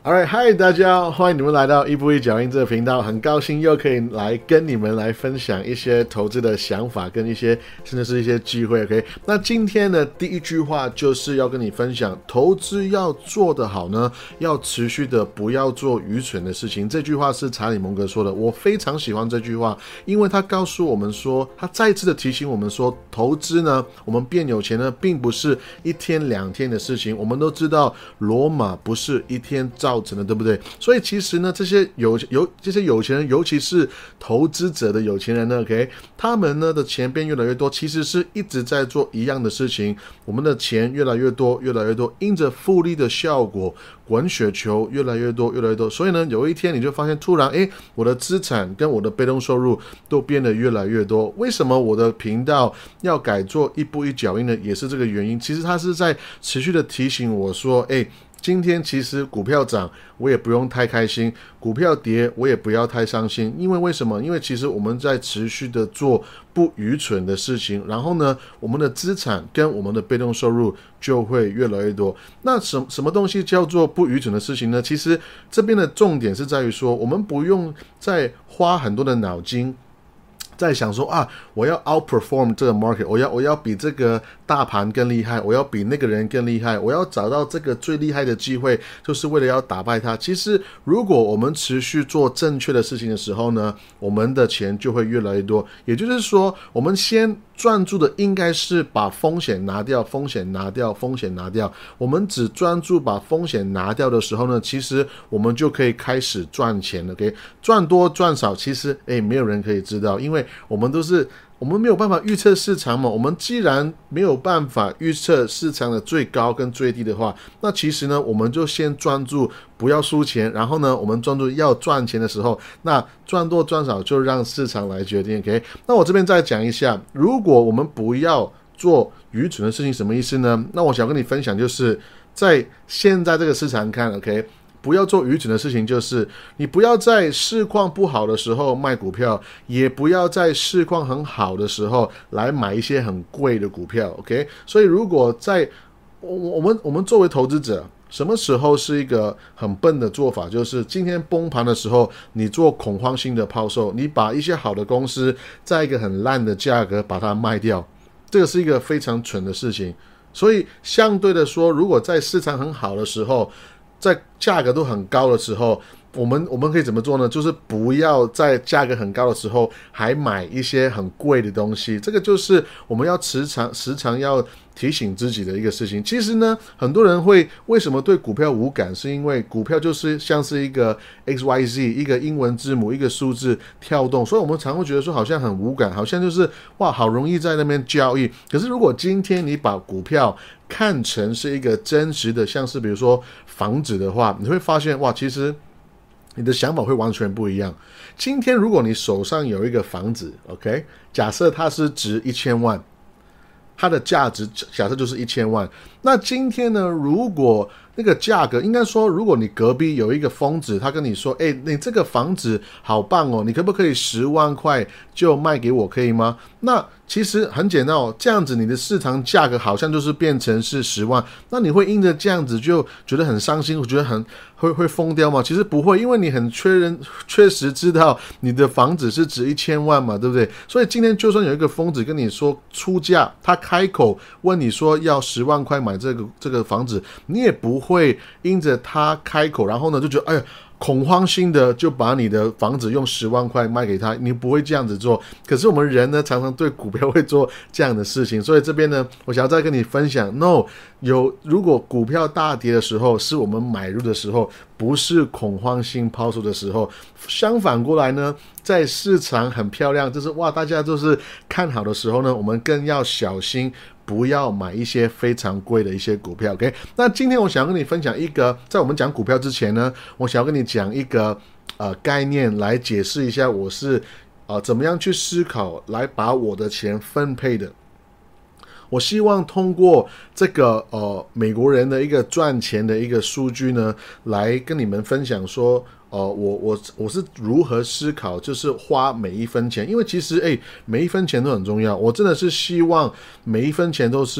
Alright， 嗨，大家好，欢迎你们来到一步一脚印这个频道，很高兴又可以来跟你们来分享一些投资的想法，跟一些甚至是一些机会。OK， 那今天的第一句话就是要跟你分享，投资要做得好呢，要持续的，不要做愚蠢的事情。这句话是查理蒙格说的，我非常喜欢这句话，因为他告诉我们说，他再次的提醒我们说，投资呢，我们变有钱呢，并不是一天两天的事情。我们都知道，罗马不是一天造成的，对不对？所以其实呢，这些有钱人，尤其是投资者的有钱人呢 ，OK， 他们呢的钱变越来越多，其实是一直在做一样的事情。我们的钱越来越多，越来越多，因着复利的效果，滚雪球越来越多，越来越多。所以呢，有一天你就发现，突然，我的资产跟我的被动收入都变得越来越多。为什么我的频道要改做一步一脚印呢？也是这个原因。其实它是在持续的提醒我说，今天其实股票涨，我也不用太开心；股票跌，我也不要太伤心。因为为什么？因为其实我们在持续的做不愚蠢的事情，然后呢，我们的资产跟我们的被动收入就会越来越多。那什么东西叫做不愚蠢的事情呢？其实这边的重点是在于说，我们不用再花很多的脑筋在想说我要 outperform 这个 market， 我要比这个大盘更厉害，我要比那个人更厉害，我要找到这个最厉害的机会，就是为了要打败他。其实如果我们持续做正确的事情的时候呢，我们的钱就会越来越多。也就是说，我们先专注的应该是把风险拿掉，风险拿掉，风险拿掉。我们只专注把风险拿掉的时候呢，其实我们就可以开始赚钱了。OK， 赚多赚少，其实没有人可以知道，因为我们没有办法预测市场嘛。我们既然没有办法预测市场的最高跟最低的话，那其实呢，我们就先专注不要输钱，然后呢，我们专注要赚钱的时候，那赚多赚少就让市场来决定。OK， 那我这边再讲一下，如果我们不要做愚蠢的事情，什么意思呢？那我想跟你分享，就是在现在这个市场看 ，OK。不要做愚蠢的事情，就是你不要在市况不好的时候卖股票，也不要在市况很好的时候来买一些很贵的股票 ，OK？ 所以如果在我们作为投资者，什么时候是一个很笨的做法？就是今天崩盘的时候，你做恐慌性的抛售，你把一些好的公司在一个很烂的价格把它卖掉，这个是一个非常蠢的事情。所以相对的说，如果在市场很好的时候，在价格都很高的时候，我们可以怎么做呢？就是不要在价格很高的时候还买一些很贵的东西。这个就是我们要时常要提醒自己的一个事情。其实呢，很多人会为什么对股票无感，是因为股票就是像是一个 XYZ 一个英文字母一个数字跳动，所以我们常会觉得说好像很无感，好像就是好容易在那边交易。可是如果今天你把股票看成是一个真实的，像是比如说房子的话，你会发现其实你的想法会完全不一样。今天如果你手上有一个房子 ，OK， 假设它是值1000万，它的价值假设就是1000万。那今天呢，如果那个价格，应该说，如果你隔壁有一个疯子，他跟你说，你这个房子好棒哦，你可不可以10万块就卖给我，可以吗？那其实很简单哦，这样子你的市场价格好像就是变成是10万，那你会因着这样子就觉得很伤心，我觉得会疯掉吗？其实不会，因为你很确实知道你的房子是值1000万嘛，对不对？所以今天就算有一个疯子跟你说出价，他开口问你说要10万块买这个房子，你也不会因着他开口，然后呢就觉得恐慌性的就把你的房子用10万块卖给他，你不会这样子做。可是我们人呢，常常对股票会做这样的事情，所以这边呢，我想要再跟你分享 如果股票大跌的时候是我们买入的时候，不是恐慌性抛售的时候。相反过来呢，在市场很漂亮，就是大家都是看好的时候呢，我们更要小心，不要买一些非常贵的一些股票。 OK， 那今天我想要跟你分享一个，在我们讲股票之前呢，我想要跟你讲一个概念来解释一下我是怎么样去思考来把我的钱分配的。我希望通过这个美国人的一个赚钱的一个数据呢，来跟你们分享说我是如何思考，就是花每一分钱，因为其实每一分钱都很重要。我真的是希望每一分钱都是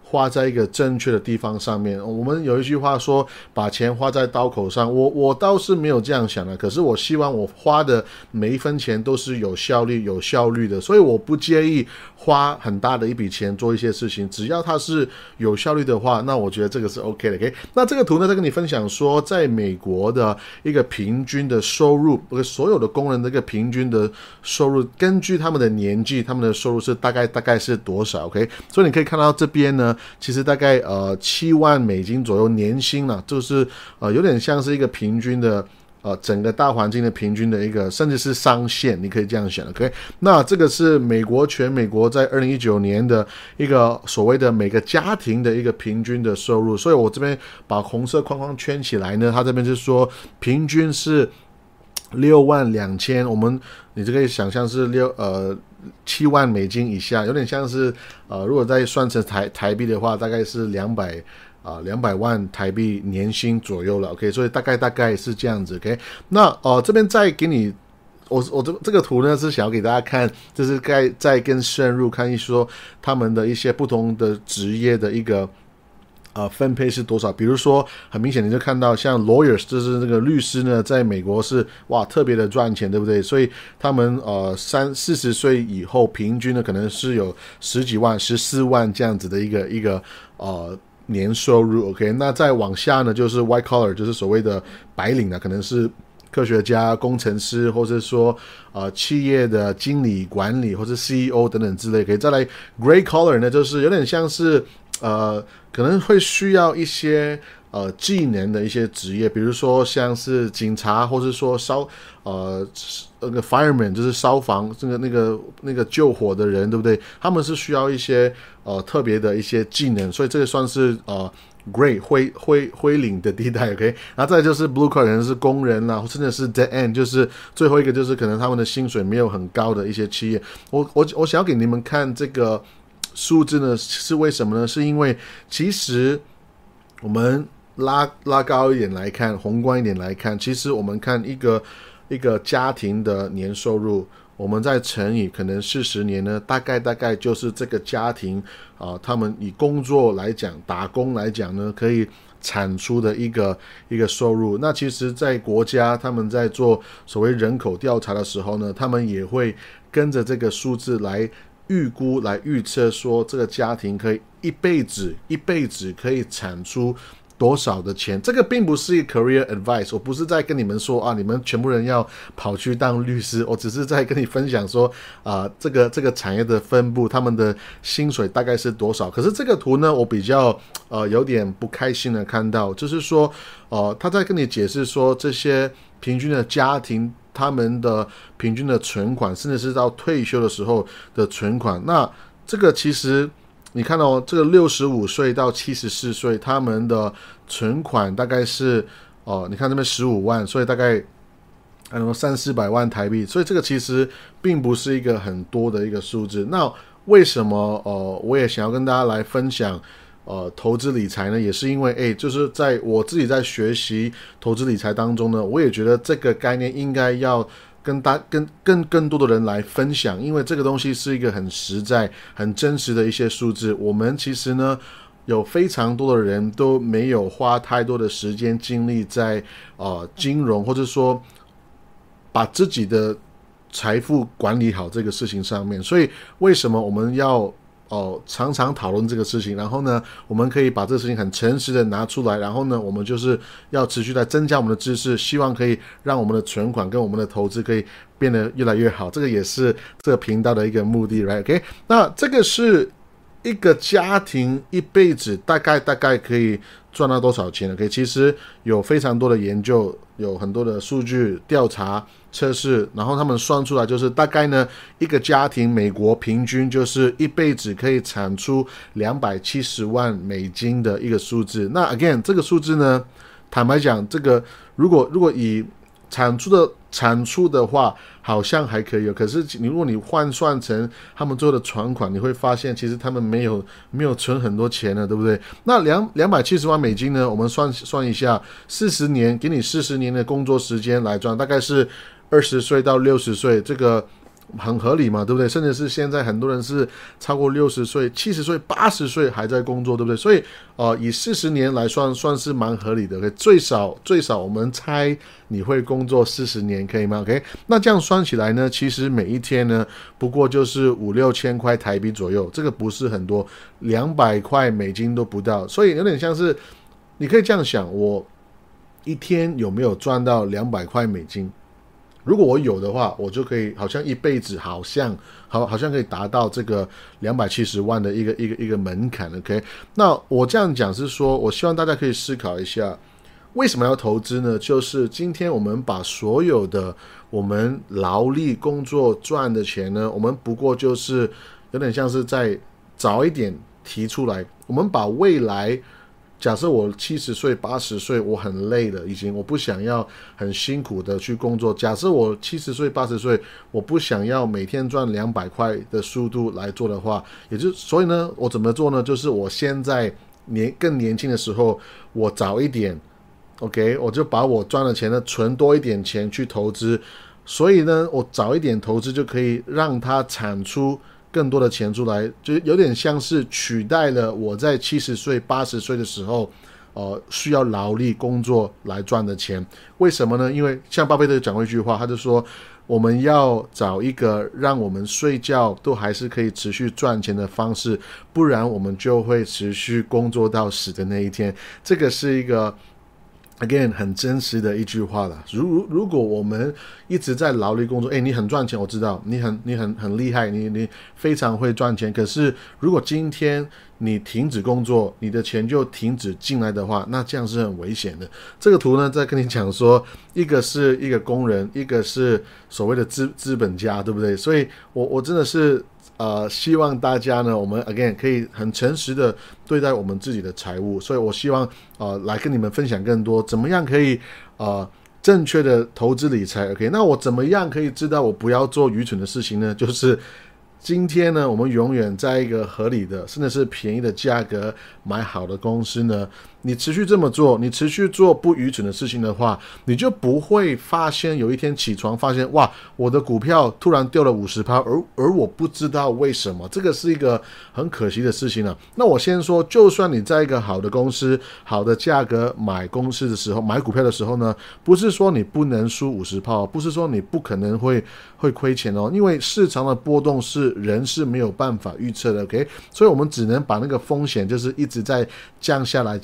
花在一个正确的地方上面。我们有一句话说把钱花在刀口上，我倒是没有这样想的，可是我希望我花的每一分钱都是有效率有效率的，所以我不介意花很大的一笔钱做一些事情，只要它是有效率的话，那我觉得这个是 OK 的。 OK， 那这个图呢再跟你分享说，在美国的一个平均的收入，所有的工人的一个平均的收入，根据他们的年纪，他们的收入是大概是多少 ？OK， 所以你可以看到这边呢，其实大概7万美金左右年薪啦，就是有点像是一个平均的整个大环境的平均的一个，甚至是上限，你可以这样想 ，OK？ 那这个是全美国在2019年的一个所谓的每个家庭的一个平均的收入，所以我这边把红色框框圈起来呢，它这边是说平均是62000，你这个想象是7万美金以下，有点像是如果再算成台币的话，大概是200万台币年薪左右了 ，OK， 所以大概是这样子 ，OK， 那这边再给你，我这个图呢是想要给大家看，就是再更深入看说他们的一些不同的职业的一个分配是多少。比如说很明显你就看到像 lawyers 就是那个律师呢，在美国是特别的赚钱，对不对？所以他们40岁以后平均呢可能是有10几万14万这样子的一个年收入 OK， 那再往下呢就是 white collar， 就是所谓的白领可能是科学家、工程师，或者说企业的经理、管理或是 CEO 等等之类。可以再来 gray collar 呢，就是有点像是可能会需要一些技能的一些职业，比如说像是警察，或是说那个 fireman 就是消防那个救火的人，对不对？他们是需要一些特别的一些技能，所以这个算是gray 灰领的地带 OK， 然后再来就是 blue collar 可能是工人啦，甚至是 dead end， 就是最后一个就是可能他们的薪水没有很高的一些企业。我想要给你们看这个数字呢，是为什么呢？是因为其实我们拉高一点来看，宏观一点来看，其实我们看一个家庭的年收入，我们再乘以可能40年呢，大概就是这个家庭他们以工作来讲，打工来讲呢，可以产出的一个收入。那其实在国家他们在做所谓人口调查的时候呢，他们也会跟着这个数字来预估来预测说这个家庭可以一辈子可以产出多少的钱。这个并不是一个 career advice， 我不是在跟你们说你们全部人要跑去当律师，我只是在跟你分享说这个产业的分布，他们的薪水大概是多少。可是这个图呢，我比较有点不开心的看到，就是说他在跟你解释说这些平均的家庭他们的平均的存款，甚至是到退休的时候的存款。那这个其实你看这个65岁到74岁他们的存款大概是你看这边15万，所以大概300-400万台币，所以这个其实并不是一个很多的一个数字。那为什么我也想要跟大家来分享投资理财呢？也是因为就是在我自己在学习投资理财当中呢，我也觉得这个概念应该要跟更多的人来分享，因为这个东西是一个很实在很真实的一些数字。我们其实呢有非常多的人都没有花太多的时间精力在金融，或者说把自己的财富管理好这个事情上面。所以为什么我们要常常讨论这个事情，然后呢我们可以把这个事情很诚实的拿出来，然后呢我们就是要持续来增加我们的知识，希望可以让我们的存款跟我们的投资可以变得越来越好。这个也是这个频道的一个目的 right? OK， 那这个是一个家庭一辈子大概可以赚到多少钱 OK， 其实有非常多的研究，有很多的数据调查测试，然后他们算出来就是大概呢一个家庭美国平均就是一辈子可以产出270万美金的一个数字。那 again 这个数字呢，坦白讲，这个如果以产出的话好像还可以可是如果你换算成他们最后的存款，你会发现其实他们没有存很多钱了，对不对？那270万美金呢，我们算一下，40年给你40年的工作时间来赚，大概是20岁到60岁，这个很合理嘛，对不对？甚至是现在很多人是超过60岁、70岁、80岁还在工作，对不对？所以以40年来算是蛮合理的。OK？ 最少我们猜你会工作40年，可以吗 ？OK？ 那这样算起来呢，其实每一天呢，不过就是5-6千块台币左右，这个不是很多，200块美金都不到，所以有点像是你可以这样想，我一天有没有赚到200块美金？如果我有的话，我就可以好像一辈子好像可以达到这个270万的一个门槛 OK？ 那我这样讲是说，我希望大家可以思考一下，为什么要投资呢？就是今天我们把所有的我们劳力工作赚的钱呢，我们不过就是有点像是在早一点提出来，我们把未来假设我70岁、80岁，我很累了，已经我不想要很辛苦的去工作。假设我70岁、80岁，我不想要每天赚200块的速度来做的话，所以呢，我怎么做呢？就是我现在更年轻的时候，我早一点 ，OK， 我就把我赚的钱呢存多一点钱去投资。所以呢，我早一点投资就可以让它产出更多的钱出来，就有点像是取代了我在70岁、80岁的时候，需要劳力工作来赚的钱。为什么呢？因为像巴菲特讲过一句话，他就说，我们要找一个让我们睡觉都还是可以持续赚钱的方式，不然我们就会持续工作到死的那一天。这个是一个again 很真实的一句话啦。如果我们一直在劳力工作，你很赚钱，我知道你很厉害，你非常会赚钱，可是如果今天你停止工作，你的钱就停止进来的话，那这样是很危险的。这个图呢在跟你讲说，一个是一个工人，一个是所谓的资本家，对不对？所以我真的是希望大家呢，我们 again 可以很诚实的对待我们自己的财务，所以我希望来跟你们分享更多怎么样可以正确的投资理财。 OK， 那我怎么样可以知道我不要做愚蠢的事情呢？就是今天呢，我们永远在一个合理的甚至是便宜的价格买好的公司呢，你持续这么做，你持续做不愚蠢的事情的话，你就不会发现有一天起床发现，哇，我的股票突然掉了 50%， 而我不知道为什么，这个是一个很可惜的事情了。那我先说，就算你在一个好的公司好的价格买公司的时候，买股票的时候呢，不是说你不能输 50%， 不是说你不可能会亏钱哦，因为市场的波动是人是没有办法预测的 OK， 所以我们只能把那个风险就是一直在降下来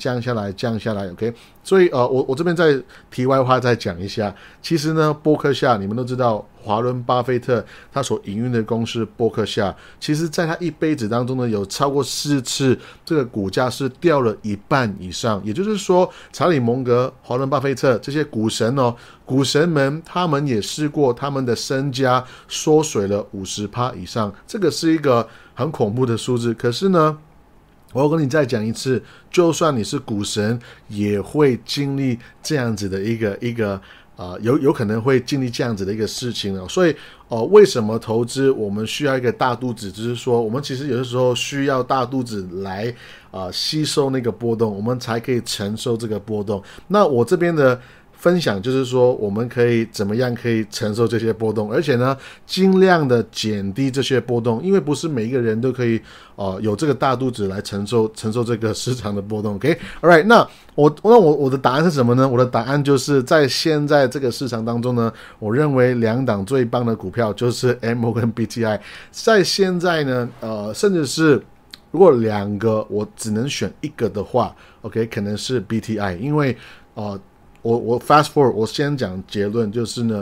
OK， 所以我这边在题外话再讲一下，其实呢波克夏你们都知道，华伦巴菲特他所营运的公司波克夏，其实在他一辈子当中呢，有超过4次这个股价是掉了一半以上，也就是说查理蒙格、华伦巴菲特这些股神们他们也试过他们的身家缩水了 50% 以上，这个是一个很恐怖的数字。可是呢，我要跟你再讲一次，就算你是股神也会经历这样子的一个有可能会经历这样子的一个事情了。所以为什么投资我们需要一个大肚子，就是说我们其实有的时候需要大肚子来吸收那个波动，我们才可以承受这个波动。那我这边的分享就是说，我们可以怎么样可以承受这些波动，而且呢尽量的减低这些波动，因为不是每一个人都可以有这个大肚子来承受这个市场的波动。 OK， Alright， 那我的答案是什么呢？我的答案就是在现在这个市场当中呢，我认为2档最棒的股票就是 MO 跟 BTI。 在现在呢甚至是如果2个我只能选一个的话 OK， 可能是 BTI， 因为我 fast forward， 我先讲结论，就是呢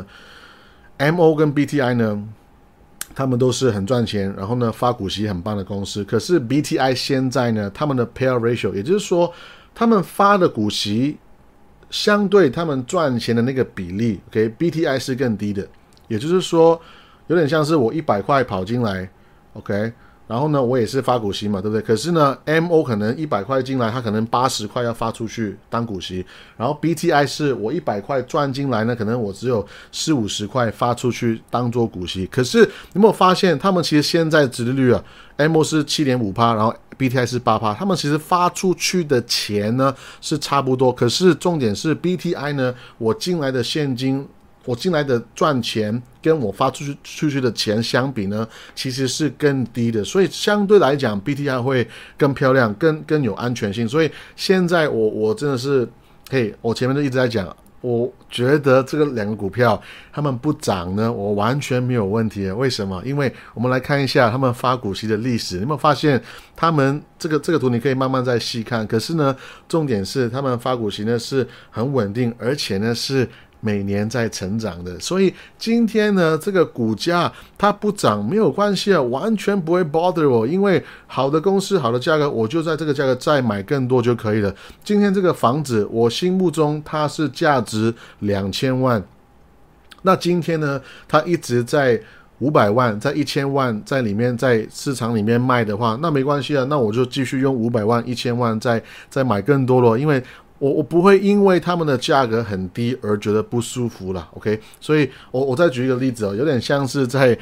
MO 跟 BTI 呢他们都是很赚钱，然后呢发股息很棒的公司。可是 BTI 现在呢，他们的 payout ratio， 也就是说他们发的股息相对他们赚钱的那个比例 OK， BTI 是更低的。也就是说有点像是我100块跑进来 OK，然后呢我也是发股息嘛，对不对？可是呢 MO 可能100块进来，他可能80块要发出去当股息，然后 BTI 是我100块赚进来呢，可能我只有40-50块发出去当做股息。可是有没有发现他们其实现在殖利率MO 是 7.5%， 然后 BTI 是 8%， 他们其实发出去的钱呢是差不多，可是重点是 BTI 呢，我进来的现金，我进来的赚钱跟我发出去的钱相比呢，其实是更低的，所以相对来讲 BTI 会更漂亮，更有安全性。所以现在我真的是，我前面就一直在讲，我觉得这个两个股票他们不涨呢，我完全没有问题。为什么？因为我们来看一下他们发股息的历史，你有没有发现他们这个图你可以慢慢再细看，可是呢，重点是他们发股息呢是很稳定，而且呢是每年在成长的。所以今天呢这个股价它不涨没有关系啊，完全不会 bother 我，因为好的公司好的价格我就在这个价格再买更多就可以了。今天这个房子我心目中它是价值2000万，那今天呢它一直在500万在1000万在里面在市场里面卖的话，那没关系啊，那我就继续用500万1000万再买更多了，因为我不会因为他们的价格很低而觉得不舒服啦 OK。 所以我再举一个例子有点像是在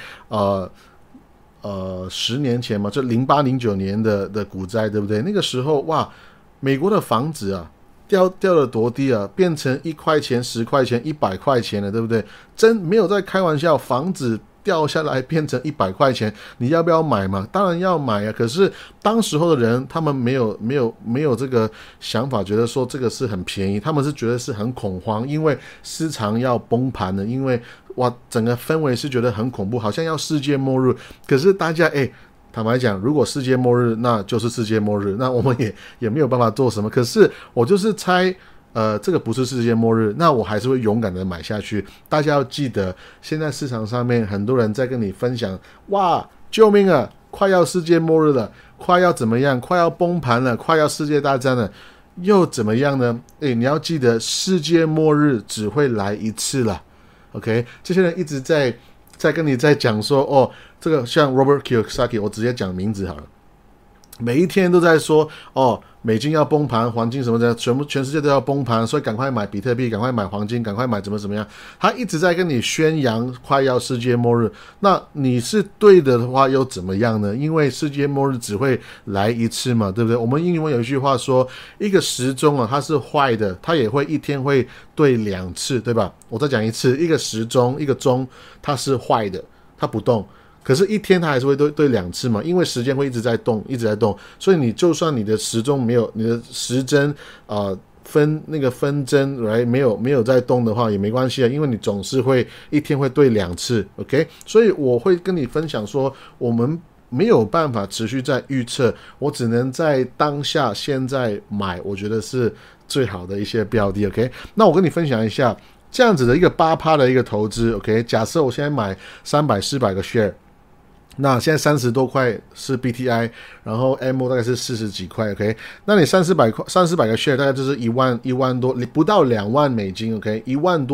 10年前嘛，就08、09年的股灾，对不对？那个时候哇，美国的房子啊掉了多低啊，变成1块钱、10块钱、100块钱了，对不对？真没有在开玩笑，房子掉下来变成100块钱，你要不要买嘛？当然要买啊！可是当时候的人，他们没有这个想法，觉得说这个是很便宜，他们是觉得是很恐慌，因为市场要崩盘了，因为哇，整个氛围是觉得很恐怖，好像要世界末日。可是大家坦白讲，如果世界末日，那就是世界末日，那我们也没有办法做什么。可是我就是猜。这个不是世界末日，那我还是会勇敢的买下去。大家要记得，现在市场上面很多人在跟你分享，哇，救命啊，快要世界末日了，快要怎么样，快要崩盘了，快要世界大战了，又怎么样呢？你要记得，世界末日只会来一次了。OK， 这些人一直在跟你在讲说，这个像 Robert Kiyosaki， 我直接讲名字好了，每一天都在说，美金要崩盘，黄金什么的，全世界都要崩盘，所以赶快买比特币，赶快买黄金，赶快买怎么样。他一直在跟你宣扬快要世界末日，那你是对的话又怎么样呢？因为世界末日只会来一次嘛，对不对？我们英文有一句话说，一个时钟它是坏的，它也会一天会对2次，对吧？我再讲一次，一个时钟一个钟它是坏的，它不动，可是一天它还是会对2次嘛，因为时间会一直在动，所以你就算你的时钟没有，你的时针那个分针没有在动的话也没关系啊，因为你总是会一天会对2次 OK。 所以我会跟你分享说，我们没有办法持续在预测，我只能在当下现在买，我觉得是最好的一些标的 OK。 那我跟你分享一下这样子的一个 8% 的一个投资 OK。 假设我现在买300、400个 share，那现在30多块是 BTI， 然后 MO 大概是40几块 OK。 那你300-400个 share 大概就是1万多，不到2万美金 OK， 1万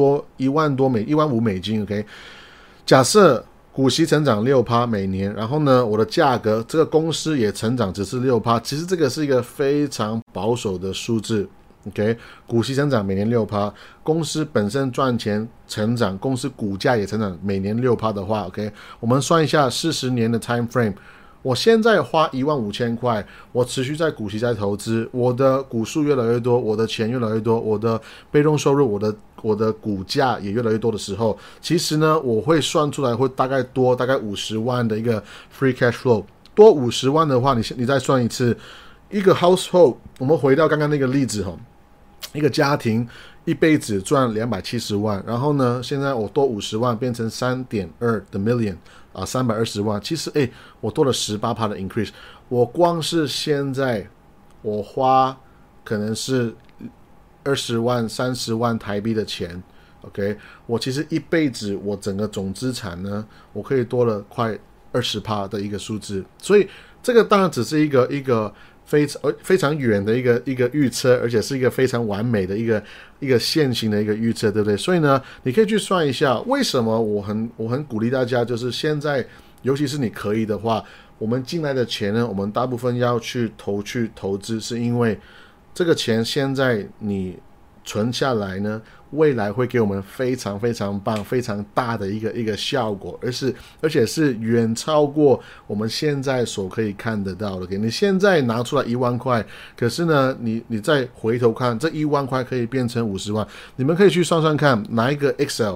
5美金 OK。 假设股息成长 6% 每年，然后呢我的价格这个公司也成长只是 6%， 其实这个是一个非常保守的数字OK。 股息成长每年 6%， 公司本身赚钱成长，公司股价也成长每年 6% 的话 OK， 我们算一下40年的 time frame， 我现在花15000块，我持续在股息在投资，我的股数越来越多，我的钱越来越多，我的被动收入，我的股价也越来越多的时候，其实呢我会算出来会大概50万的一个 free cash flow。 多50万的话，你再算一次，一个 household， 我们回到刚刚那个例子一个家庭一辈子赚270万，然后呢现在我多50万变成 3.2 的 million 320万，其实我多了 18% 的 increase。 我光是现在我花可能是20万30万台币的钱 OK， 我其实一辈子我整个总资产呢我可以多了快 20% 的一个数字。所以这个当然只是一个非常远的一个预测，而且是一个非常完美的一个现行的一个预测，对不对？所以呢你可以去算一下，为什么我很鼓励大家，就是现在尤其是你可以的话，我们进来的钱呢我们大部分要去投资，是因为这个钱现在你存下来呢，未来会给我们非常非常棒非常大的一个效果，而且是远超过我们现在所可以看得到的。你现在拿出来1万块，可是呢你再回头看，这1万块可以变成50万。你们可以去算算看，拿一个 Excel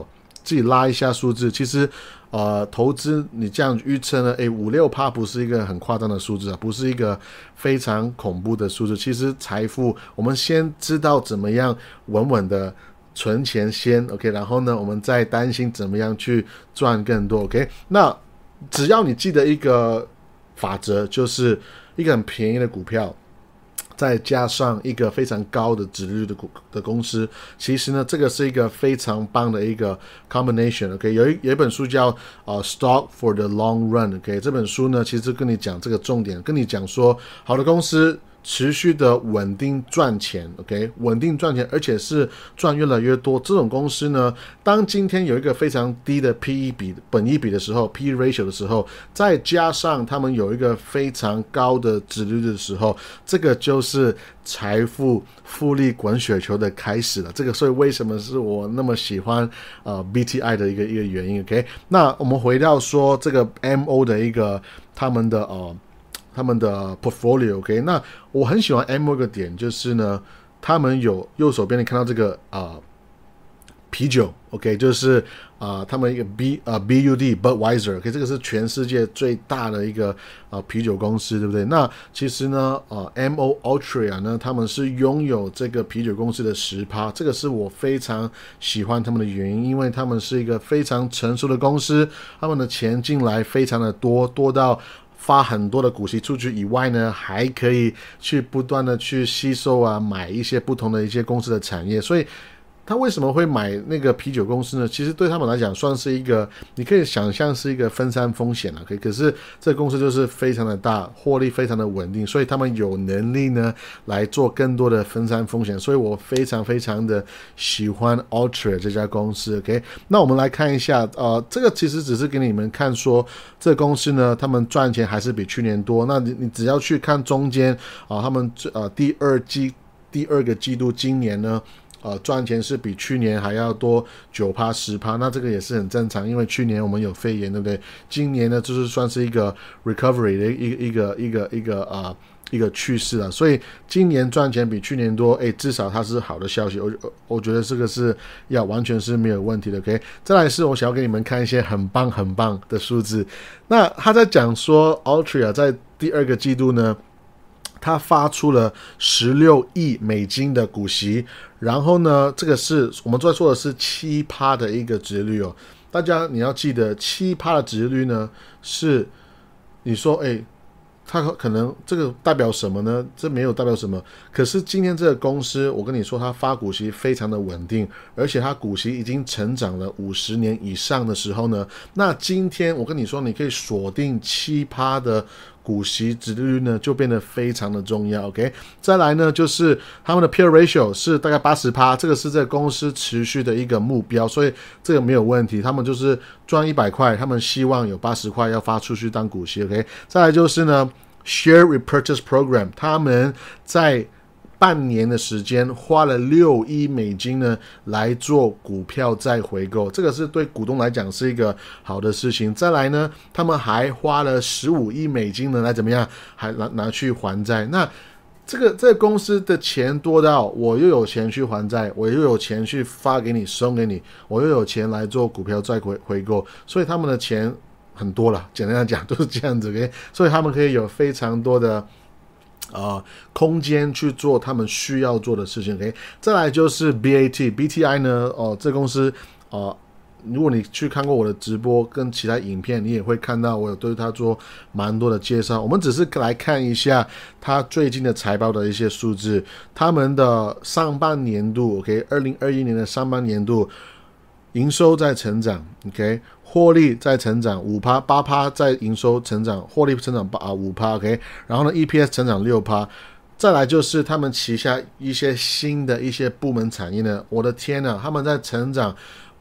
自己拉一下数字，其实投资你这样预测呢，5-6%不是一个很夸张的数字啊，不是一个非常恐怖的数字。其实财富我们先知道怎么样稳稳的存钱先 OK， 然后呢我们再担心怎么样去赚更多 OK。 那只要你记得一个法则，就是一个很便宜的股票再加上一个非常高的殖利率的公司，其实呢这个是一个非常棒的一个 combination OK。 有一本书叫Stock for the Long Run OK， 这本书呢其实跟你讲这个重点，跟你讲说好的公司持续的稳定赚钱 OK， 稳定赚钱，而且是赚越来越多，这种公司呢，当今天有一个非常低的 PE 比本益比的时候， PE ratio 的时候，再加上他们有一个非常高的殖利率的时候，这个就是财富复利滚雪球的开始了。这个所以为什么是我那么喜欢BTI 的一个原因 OK。 那我们回到说这个 MO 的一个他们的 portfolio OK。 那我很喜欢 MO 一个点就是呢，他们有右手边你看到这个啤酒 OK， 就是他们一个 BUD Budweiser OK， 这个是全世界最大的一个啤酒公司，对不对？那其实呢MO Altria 呢，他们是拥有这个啤酒公司的 10%， 这个是我非常喜欢他们的原因，因为他们是一个非常成熟的公司，他们的钱进来非常的多到发很多的股息出去以外呢，还可以去不断的去吸收买一些不同的一些公司的产业。所以他为什么会买那个啤酒公司呢？其实对他们来讲算是一个，你可以想象是一个分散风险了。可是这个公司就是非常的大，获利非常的稳定，所以他们有能力呢来做更多的分散风险。所以我非常非常的喜欢 Altria 这家公司 OK。 那我们来看一下这个其实只是给你们看说这个公司呢他们赚钱还是比去年多。那你只要去看中间他们第二个季度今年呢赚钱是比去年还要多 9%、10%， 那这个也是很正常，因为去年我们有肺炎，对不对？今年呢就是算是一个 recovery 的一个趋势了，所以今年赚钱比去年多，至少它是好的消息，我觉得这个是完全是没有问题的 OK。 再来是我想要给你们看一些很棒很棒的数字。那他在讲说 Altria 在第二个季度呢，他发出了16亿美金的股息，然后呢这个是我们在说的是 7% 的一个殖利率哦。大家你要记得 7% 的殖利率呢，是你说它可能这个代表什么呢？这没有代表什么。可是今天这个公司我跟你说它发股息非常的稳定，而且它股息已经成长了50年以上的时候呢，那今天我跟你说你可以锁定 7% 的股息殖利率呢，就变得非常的重要 OK。 再来呢就是他们的 P/E ratio 是大概 80%， 这个是这个公司持续的一个目标，所以这个没有问题，他们就是赚100块，他们希望有80块要发出去当股息 OK。 再来就是呢Share Repurchase Program， 他们在半年的时间花了6亿美金呢来做股票再回购，这个是对股东来讲是一个好的事情。再来呢他们还花了15亿美金呢来怎么样，还拿去还债。那这个公司的钱多到我又有钱去还债，我又有钱去发给你送给你，我又有钱来做股票再回购，所以他们的钱很多了，简单来讲都是这样子 OK。 所以他们可以有非常多的空间去做他们需要做的事情 OK。 再来就是 BTI 呢这公司如果你去看过我的直播跟其他影片，你也会看到我有对他做蛮多的介绍。我们只是来看一下他最近的财报的一些数字。他们的上半年度 OK， 2021年的上半年度营收在成长 OK， 获利在成长 5%， 8% 在营收成长，获利成长 5% OK。 然后呢 EPS 成长 6%。 再来就是他们旗下一些新的一些部门产业呢，我的天啊，他们在成长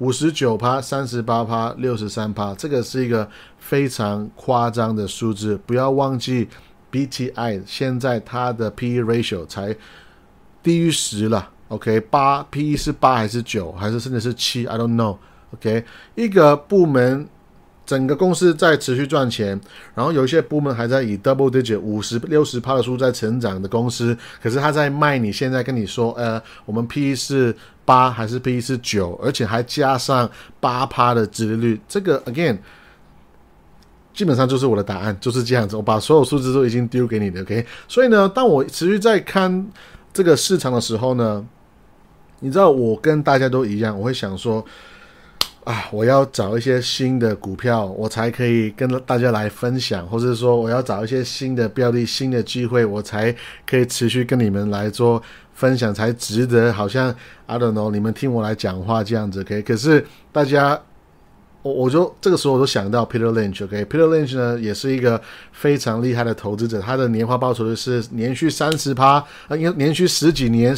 59%、38%、63%， 这个是一个非常夸张的数字。不要忘记 BTI 现在它的 PE ratio 才低于10了 OK， PE 是8还是9还是甚至是7 I don't know OK。 一个部门整个公司在持续赚钱，然后有一些部门还在以 double digit 50-60% 的数在成长的公司，可是他在卖你现在跟你说我们 PE 是8还是 PE 是9，而且还加上 8% 的殖利率，这个 again基本上就是我的答案，就是这样子，我把所有数字都已经丢给你的 OK。 所以呢，当我持续在看这个市场的时候呢，你知道我跟大家都一样，我会想说我要找一些新的股票，我才可以跟大家来分享，或者说我要找一些新的标的、新的机会，我才可以持续跟你们来做分享，才值得好像 I don't know 你们听我来讲话这样子 OK。 可是大家我就这个时候我就想到 Peter Lynch OK。 Peter Lynch 呢也是一个非常厉害的投资者，他的年化报酬率是连续 30%， 连续10几年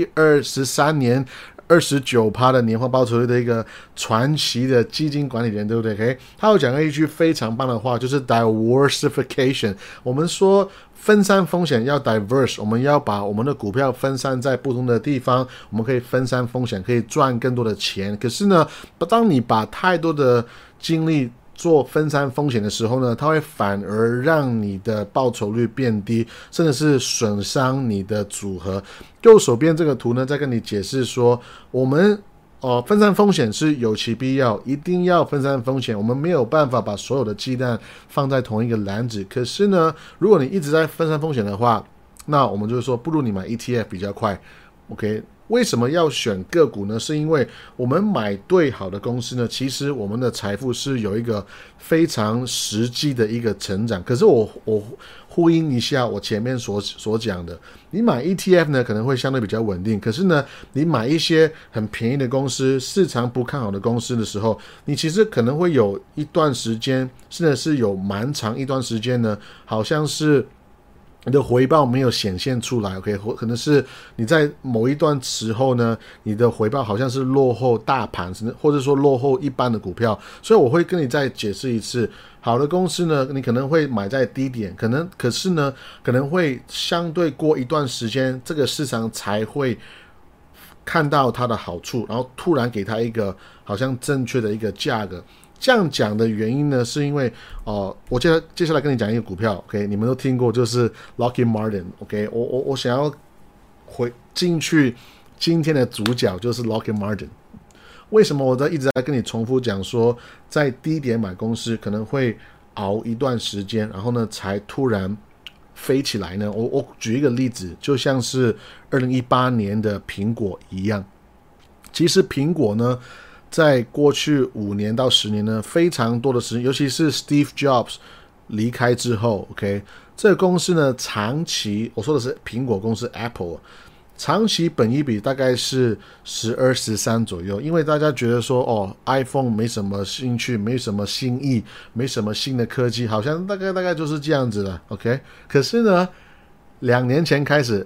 11、13年29% 的年化报酬率的一个传奇的基金管理人，对不对 OK？ 他有讲过一句非常棒的话，就是 diversification。 我们说分散风险要 diverse， 我们要把我们的股票分散在不同的地方，我们可以分散风险，可以赚更多的钱。可是呢，当你把太多的精力做分散风险的时候呢，它会反而让你的报酬率变低，甚至是损伤你的组合。右手边这个图呢，在跟你解释说，我们分散风险是有其必要，一定要分散风险，我们没有办法把所有的鸡蛋放在同一个篮子。可是呢，如果你一直在分散风险的话，那我们就是说不如你买 ETF 比较快 OK。为什么要选个股呢？是因为我们买对好的公司呢，其实我们的财富是有一个非常实际的一个成长。可是我呼应一下我前面所讲的，你买 ETF 呢可能会相对比较稳定，可是呢你买一些很便宜的公司，市场不看好的公司的时候，你其实可能会有一段时间，甚至是有蛮长一段时间呢，好像是你的回报没有显现出来 OK， 可能是你在某一段时候呢，你的回报好像是落后大盘，或者说落后一般的股票。所以我会跟你再解释一次，好的公司呢，你可能会买在低点，可是呢可能会相对过一段时间，这个市场才会看到它的好处，然后突然给它一个好像正确的一个价格。这样讲的原因呢，是因为我接下来跟你讲一个股票 OK， 你们都听过，就是 Lockheed Martin OK。 我想要回进去今天的主角就是 Lockheed Martin。 为什么我一直在跟你重复讲说，在低点买公司可能会熬一段时间，然后呢才突然飞起来呢？我举一个例子，就像是2018年的苹果一样。其实苹果呢在过去5年到10年呢，非常多的时间，尤其是 Steve Jobs 离开之后 OK， 这个公司呢长期，我说的是苹果公司 Apple， 长期本益比大概是12、13左右。因为大家觉得说iPhone 没什么兴趣，没什么新意，没什么新的科技，好像大概就是这样子的 OK。 可是呢2年前开始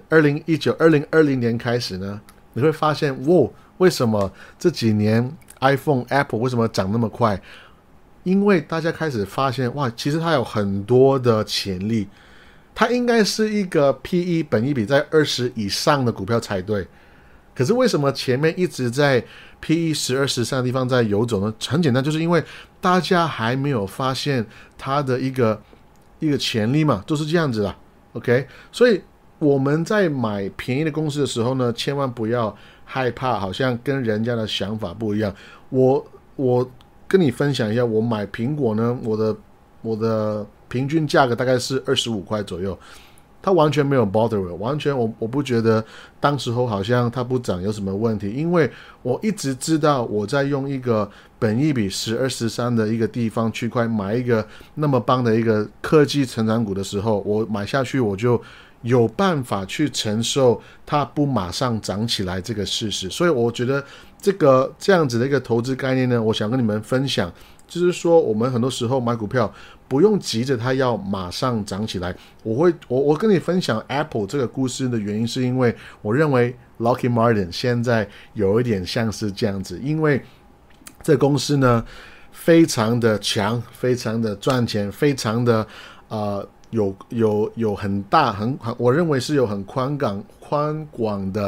2020年开始呢，你会发现为什么这几年Apple 为什么涨那么快？因为大家开始发现其实它有很多的潜力，它应该是一个 PE 本益比在20以上的股票才对。可是为什么前面一直在 PE 12、13的地方在游走呢？很简单，就是因为大家还没有发现它的一个潜力嘛，就是这样子啦 OK。 所以我们在买便宜的公司的时候呢，千万不要害怕好像跟人家的想法不一样。我跟你分享一下，我买苹果呢，我的平均价格大概是25块左右，它完全没有 bother 我，完全我不觉得当时候好像它不涨有什么问题，因为我一直知道我在用一个本益比12、13的一个地方区块买一个那么棒的一个科技成长股的时候，我买下去我就有办法去承受它不马上涨起来这个事实。所以我觉得这样子的一个投资概念呢，我想跟你们分享，就是说我们很多时候买股票不用急着它要马上涨起来。我跟你分享 Apple 这个故事的原因，是因为我认为 Lockheed Martin 现在有一点像是这样子，因为这公司呢非常的强，非常的赚钱，非常的有很大我认为是有很宽广的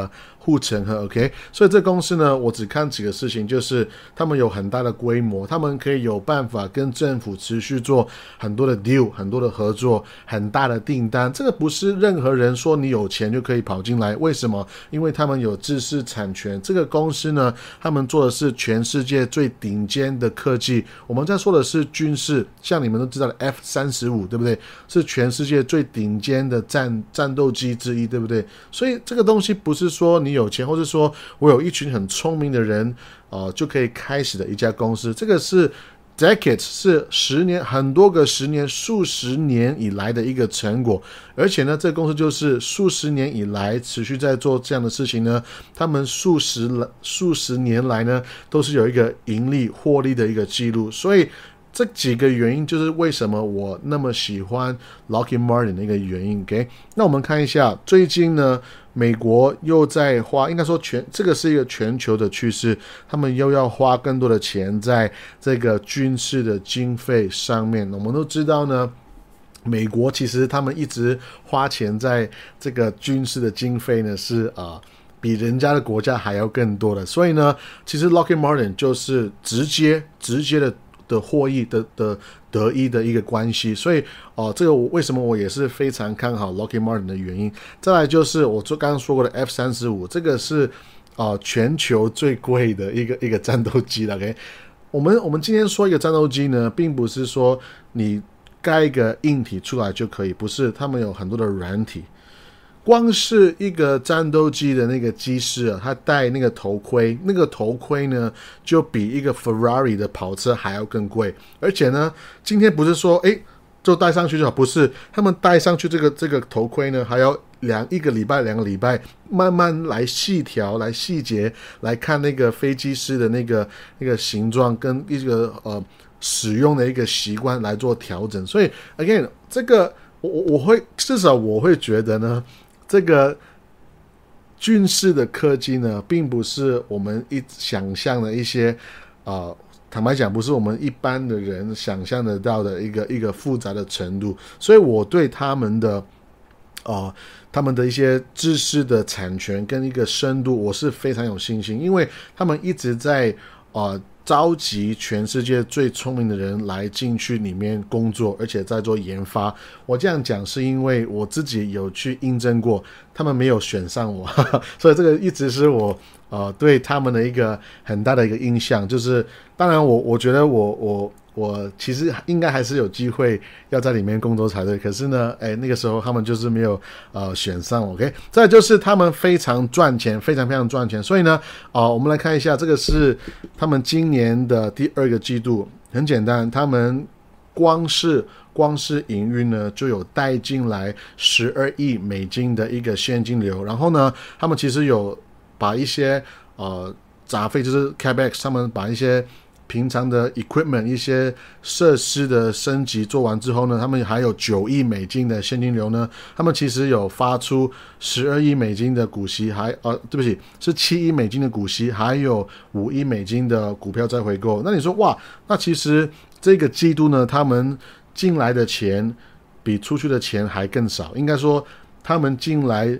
护城河 OK， 所以这公司呢，我只看几个事情，就是他们有很大的规模，他们可以有办法跟政府持续做很多的 deal， 很多的合作，很大的订单，这个不是任何人说你有钱就可以跑进来，为什么？因为他们有知识产权，这个公司呢，他们做的是全世界最顶尖的科技，我们在说的是军事，像你们都知道的 F-35， 对不对？是全世界最顶尖的战斗机之一，对不对？所以这个东西不是说你有钱，或是说我有一群很聪明的人就可以开始的一家公司，这个是 decades， 是10年，很多个10年，数十年以来的一个成果，而且呢，这个公司就是数十年以来持续在做这样的事情呢，他们数十年来呢，都是有一个盈利获利的一个记录，所以这几个原因就是为什么我那么喜欢 Lockheed Martin 的一个原因 OK， 那我们看一下最近呢，美国又在花，应该说这个是一个全球的趋势，他们又要花更多的钱在这个军事的经费上面。我们都知道呢，美国其实他们一直花钱在这个军事的经费呢是比人家的国家还要更多的，所以呢，其实 Lockheed Martin 就是直接的获益的得益的一个关系，所以这个为什么我也是非常看好 Lockheed Martin 的原因。再来就是我刚刚说过的 F-35， 这个是全球最贵的一个战斗机了 OK， 我们今天说一个战斗机呢，并不是说你盖一个硬体出来就可以，不是，他们有很多的软体。光是一个战斗机的那个机师他戴那个头盔，那个头盔呢就比一个 Ferrari 的跑车还要更贵，而且呢，今天不是说就戴上去就好，不是，他们戴上去这个头盔呢，还要一个礼拜2个礼拜慢慢来细调来细节来看那个飞机师的那个形状跟一个使用的一个习惯来做调整，所以 again 这个我会至少我会觉得呢，这个军事的科技呢，并不是我们想象的一些坦白讲，不是我们一般的人想象得到的一个复杂的程度，所以我对他们的一些知识的产权跟一个深度，我是非常有信心，因为他们一直在召集全世界最聪明的人来进去里面工作，而且在做研发。我这样讲是因为我自己有去应征过，他们没有选上我所以这个一直是我对他们的一个很大的一个印象，就是当然我觉得我其实应该还是有机会要在里面工作才对，可是呢那个时候他们就是没有选上我 OK。 再来就是他们非常赚钱，非常非常赚钱，所以呢我们来看一下，这个是他们今年的第2个季度，很简单，他们光是营运呢就有带进来12亿美金的一个现金流，然后呢他们其实有把一些杂费，就是 Capex， 他们把一些平常的 equipment 一些设施的升级做完之后呢，他们还有9亿美金的现金流呢，他们其实有发出12亿美金的股息，对不起，是7亿美金的股息，还有5亿美金的股票再回购。那你说哇，那其实这个季度呢，他们进来的钱比出去的钱还更少，应该说他们进来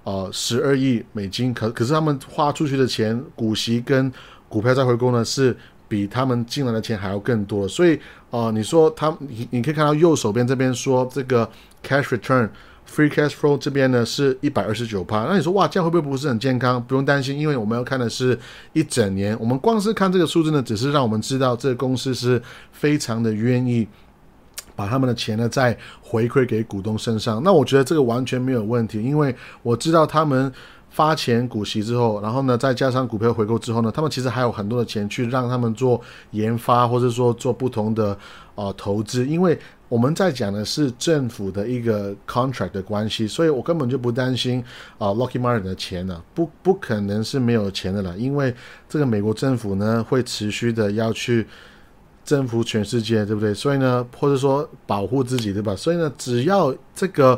12亿美金，可是他们花出去的钱，股息跟股票再回购呢，是比他们进来的钱还要更多，所以你说你可以看到右手边这边说这个 cash return free cash flow 这边呢是 129%， 那你说哇，这样会不会不是很健康？不用担心，因为我们要看的是一整年，我们光是看这个数字呢，只是让我们知道这个公司是非常的愿意把他们的钱呢再回馈给股东身上。那我觉得这个完全没有问题，因为我知道他们发钱股息之后，然后呢再加上股票回购之后呢，他们其实还有很多的钱去让他们做研发，或者说做不同的投资，因为我们在讲的是政府的一个 contract 的关系，所以我根本就不担心Lockheed Martin 的钱呢，不可能是没有钱的啦，因为这个美国政府呢会持续的要去征服全世界，对不对？所以呢，或者说保护自己，对吧？所以呢，只要这个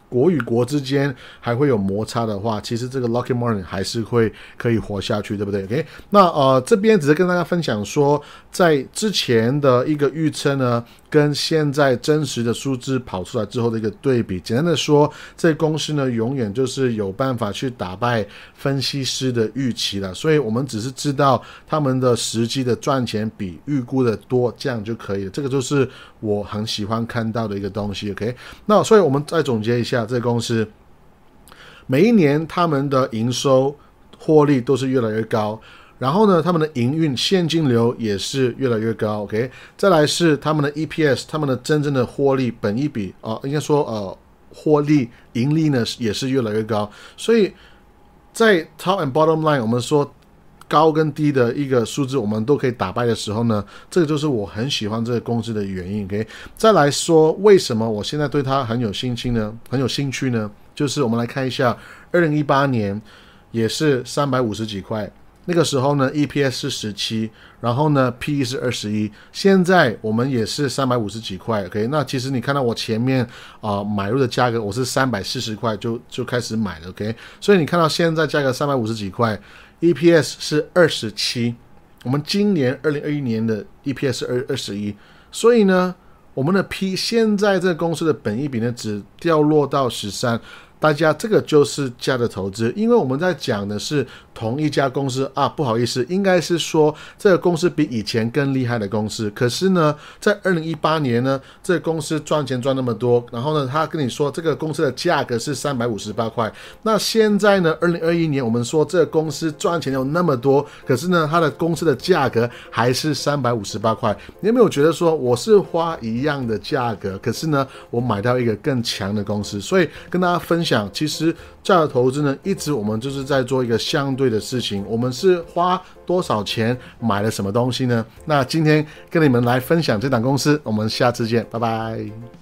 国与国之间还会有摩擦的话，其实这个 Lockheed Martin 还是可以活下去，对不对 ？OK， 那这边只是跟大家分享说，在之前的一个预测呢，跟现在真实的数字跑出来之后的一个对比。简单的说，这公司呢永远就是有办法去打败分析师的预期了，所以我们只是知道他们的实际的赚钱比预估的多，这样就可以了。这个就是我很喜欢看到的一个东西。OK， 那所以我们再总结一下，这个公司每一年他们的营收获利都是越来越高，然后呢他们的营运现金流也是越来越高。 OK， 再来是他们的 EPS， 他们的真正的获利本益比应该说获利盈利呢也是越来越高。所以在 top and bottom line 我们说高跟低的一个数字我们都可以打败的时候呢，这个就是我很喜欢这个公司的原因。 OK， 再来说为什么我现在对它很有兴趣呢，就是我们来看一下2018年也是350几块，那个时候呢 EPS 是17，然后呢 PE 是21，现在我们也是350几块。 OK， 那其实你看到我前面买入的价格我是340块就开始买了。 OK， 所以你看到现在价格350几块， EPS 是27，我们今年2021年的 EPS 是21，所以呢我们的 P 现在这个公司的本益比呢只掉落到13，大家这个就是价值投资。因为我们在讲的是同一家公司不好意思，应该是说这个公司比以前更厉害的公司，可是呢在2018年呢这个公司赚钱赚那么多，然后呢他跟你说这个公司的价格是358块，那现在呢2021年我们说这个公司赚钱有那么多，可是呢它的公司的价格还是358块。你有没有觉得说我是花一样的价格，可是呢我买到一个更强的公司？所以跟大家分享，其实价值投资呢一直我们就是在做一个相对的事情，我们是花多少钱买了什么东西呢？那今天跟你们来分享这档公司，我们下次见，拜拜。